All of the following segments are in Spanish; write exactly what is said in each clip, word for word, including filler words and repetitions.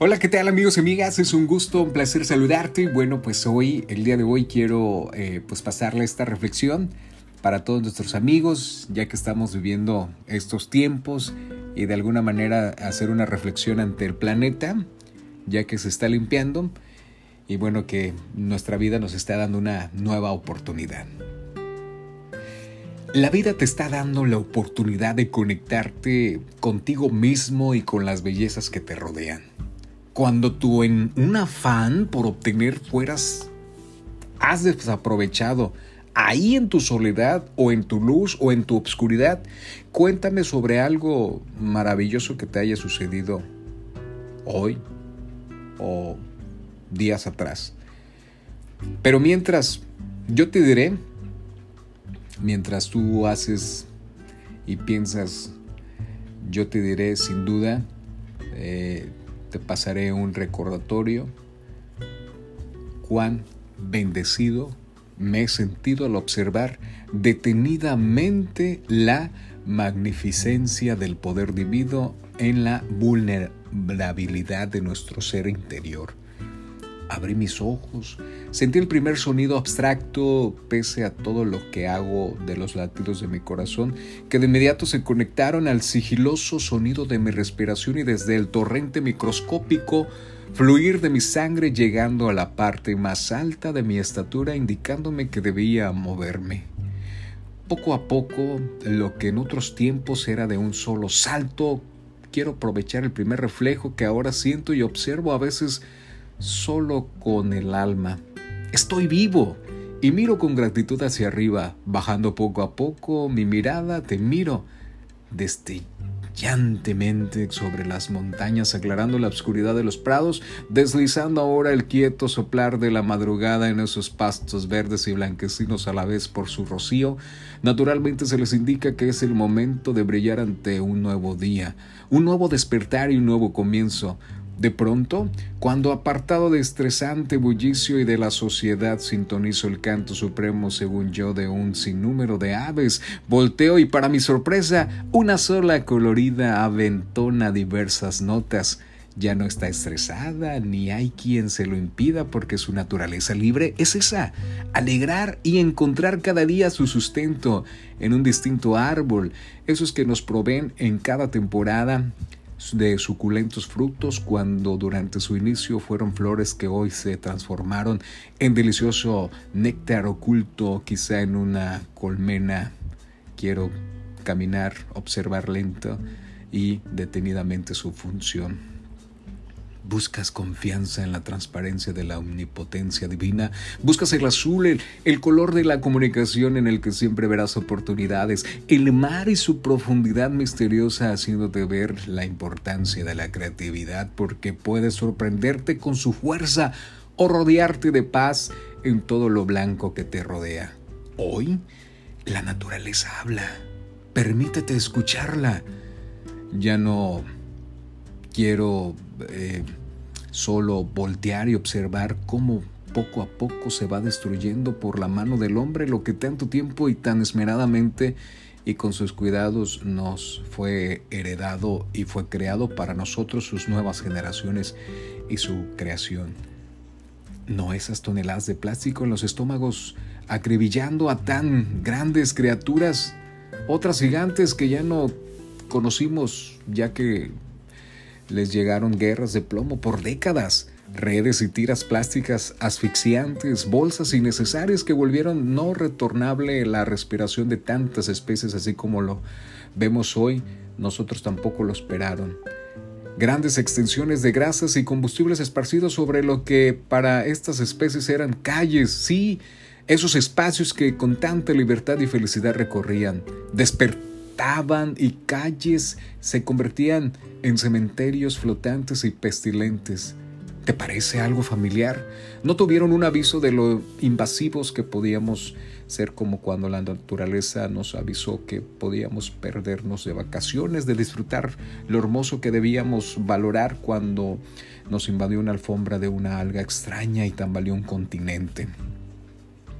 Hola, ¿qué tal amigos y amigas? Es un gusto, un placer saludarte. Bueno, pues hoy, el día de hoy quiero eh, pues pasarle esta reflexión para todos nuestros amigos, ya que estamos viviendo estos tiempos y de alguna manera hacer una reflexión ante el planeta, ya que se está limpiando y bueno, que nuestra vida nos está dando una nueva oportunidad. La vida te está dando la oportunidad de conectarte contigo mismo y con las bellezas que te rodean. Cuando tú en un afán por obtener fueras, has desaprovechado ahí en tu soledad o en tu luz o en tu obscuridad, cuéntame sobre algo maravilloso que te haya sucedido hoy o días atrás. Pero mientras, yo te diré, mientras tú haces y piensas, yo te diré sin duda, eh, te pasaré un recordatorio cuán bendecido me he sentido al observar detenidamente la magnificencia del poder divino en la vulnerabilidad de nuestro ser interior. Abrí mis ojos, sentí el primer sonido abstracto, pese a todo lo que hago de los latidos de mi corazón, que de inmediato se conectaron al sigiloso sonido de mi respiración y desde el torrente microscópico fluir de mi sangre llegando a la parte más alta de mi estatura, indicándome que debía moverme. Poco a poco, lo que en otros tiempos era de un solo salto, quiero aprovechar el primer reflejo que ahora siento y observo a veces solo con el alma. Estoy vivo y miro con gratitud hacia arriba, bajando poco a poco mi mirada, te miro destellantemente sobre las montañas, aclarando la oscuridad de los prados, deslizando ahora el quieto soplar de la madrugada en esos pastos verdes y blanquecinos a la vez por su rocío. Naturalmente se les indica que es el momento de brillar ante un nuevo día, un nuevo despertar y un nuevo comienzo. De pronto, cuando apartado de estresante bullicio y de la sociedad sintonizo el canto supremo, según yo, de un sinnúmero de aves, volteo y para mi sorpresa, una sola colorida ave entona diversas notas. Ya no está estresada, ni hay quien se lo impida porque su naturaleza libre es esa, alegrar y encontrar cada día su sustento en un distinto árbol, esos que nos proveen en cada temporada de suculentos frutos cuando durante su inicio fueron flores que hoy se transformaron en delicioso néctar oculto quizá en una colmena. Quiero caminar, observar lento y detenidamente su función. Buscas confianza en la transparencia de la omnipotencia divina. Buscas el azul, el, el color de la comunicación en el que siempre verás oportunidades. El mar y su profundidad misteriosa haciéndote ver la importancia de la creatividad porque puedes sorprenderte con su fuerza o rodearte de paz en todo lo blanco que te rodea. Hoy, la naturaleza habla. Permítete escucharla. Ya no quiero eh, solo voltear y observar cómo poco a poco se va destruyendo por la mano del hombre lo que tanto tiempo y tan esmeradamente y con sus cuidados nos fue heredado y fue creado para nosotros, sus nuevas generaciones y su creación. No esas toneladas de plástico en los estómagos acribillando a tan grandes criaturas, otras gigantes que ya no conocimos, ya que les llegaron guerras de plomo por décadas, redes y tiras plásticas asfixiantes, bolsas innecesarias que volvieron no retornable la respiración de tantas especies, así como lo vemos hoy, nosotros tampoco lo esperaron. Grandes extensiones de grasas y combustibles esparcidos sobre lo que para estas especies eran calles, sí, esos espacios que con tanta libertad y felicidad recorrían, despertaban y calles se convertían en cementerios flotantes y pestilentes. ¿Te parece algo familiar? ¿No tuvieron un aviso de lo invasivos que podíamos ser, como cuando la naturaleza nos avisó que podíamos perdernos de vacaciones, de disfrutar lo hermoso que debíamos valorar cuando nos invadió una alfombra de una alga extraña y tambaleó un continente?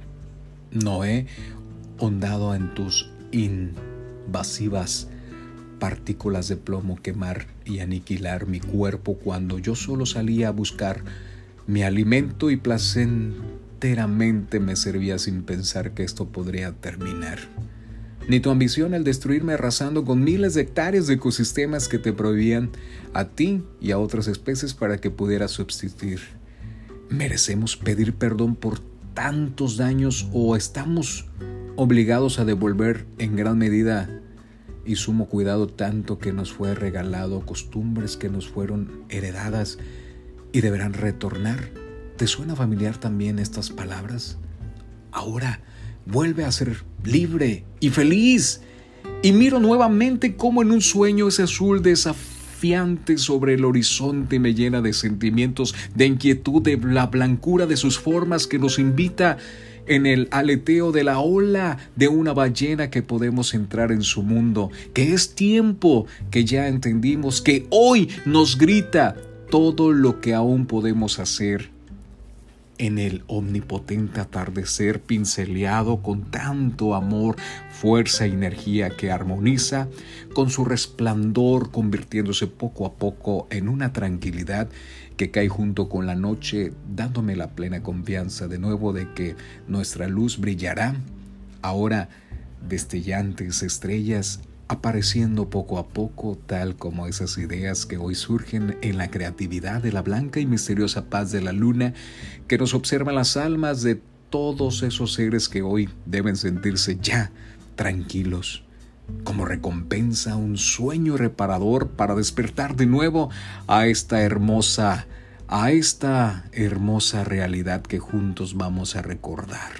No he hondado en tus invasivas partículas de plomo quemar y aniquilar mi cuerpo cuando yo solo salía a buscar mi alimento y placenteramente me servía sin pensar que esto podría terminar. Ni tu ambición al destruirme arrasando con miles de hectáreas de ecosistemas que te prohibían a ti y a otras especies para que pudieras subsistir. ¿Merecemos pedir perdón por tantos daños o estamos obligados a devolver en gran medida y sumo cuidado tanto que nos fue regalado, costumbres que nos fueron heredadas y deberán retornar? ¿Te suena familiar también estas palabras? Ahora vuelve a ser libre y feliz. Y miro nuevamente cómo en un sueño ese azul desafiante sobre el horizonte me llena de sentimientos, de inquietud, de la blancura de sus formas que nos invita en el aleteo de la ola de una ballena que podemos entrar en su mundo, que es tiempo, que ya entendimos, que hoy nos grita todo lo que aún podemos hacer en el omnipotente atardecer pinceleado con tanto amor, fuerza y energía que armoniza con su resplandor, convirtiéndose poco a poco en una tranquilidad que cae junto con la noche, dándome la plena confianza de nuevo de que nuestra luz brillará, ahora destellantes estrellas apareciendo poco a poco, tal como esas ideas que hoy surgen en la creatividad de la blanca y misteriosa paz de la luna que nos observa las almas de todos esos seres que hoy deben sentirse ya tranquilos, como recompensa un sueño reparador para despertar de nuevo a esta hermosa, a esta hermosa realidad que juntos vamos a recordar.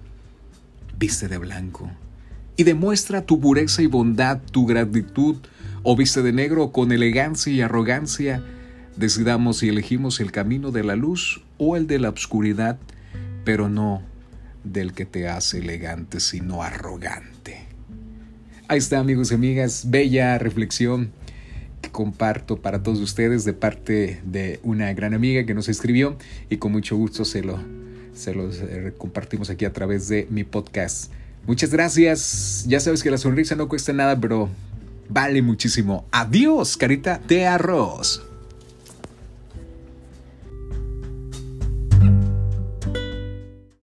Viste de blanco y demuestra tu pureza y bondad, tu gratitud, o viste de negro con elegancia y arrogancia. Decidamos si elegimos el camino de la luz o el de la oscuridad, pero no del que te hace elegante, sino arrogante. Ahí está, amigos y amigas, bella reflexión que comparto para todos ustedes de parte de una gran amiga que nos escribió y con mucho gusto se lo, se los eh, compartimos aquí a través de mi podcast. Muchas gracias. Ya sabes que la sonrisa no cuesta nada, pero vale muchísimo. Adiós, carita de arroz.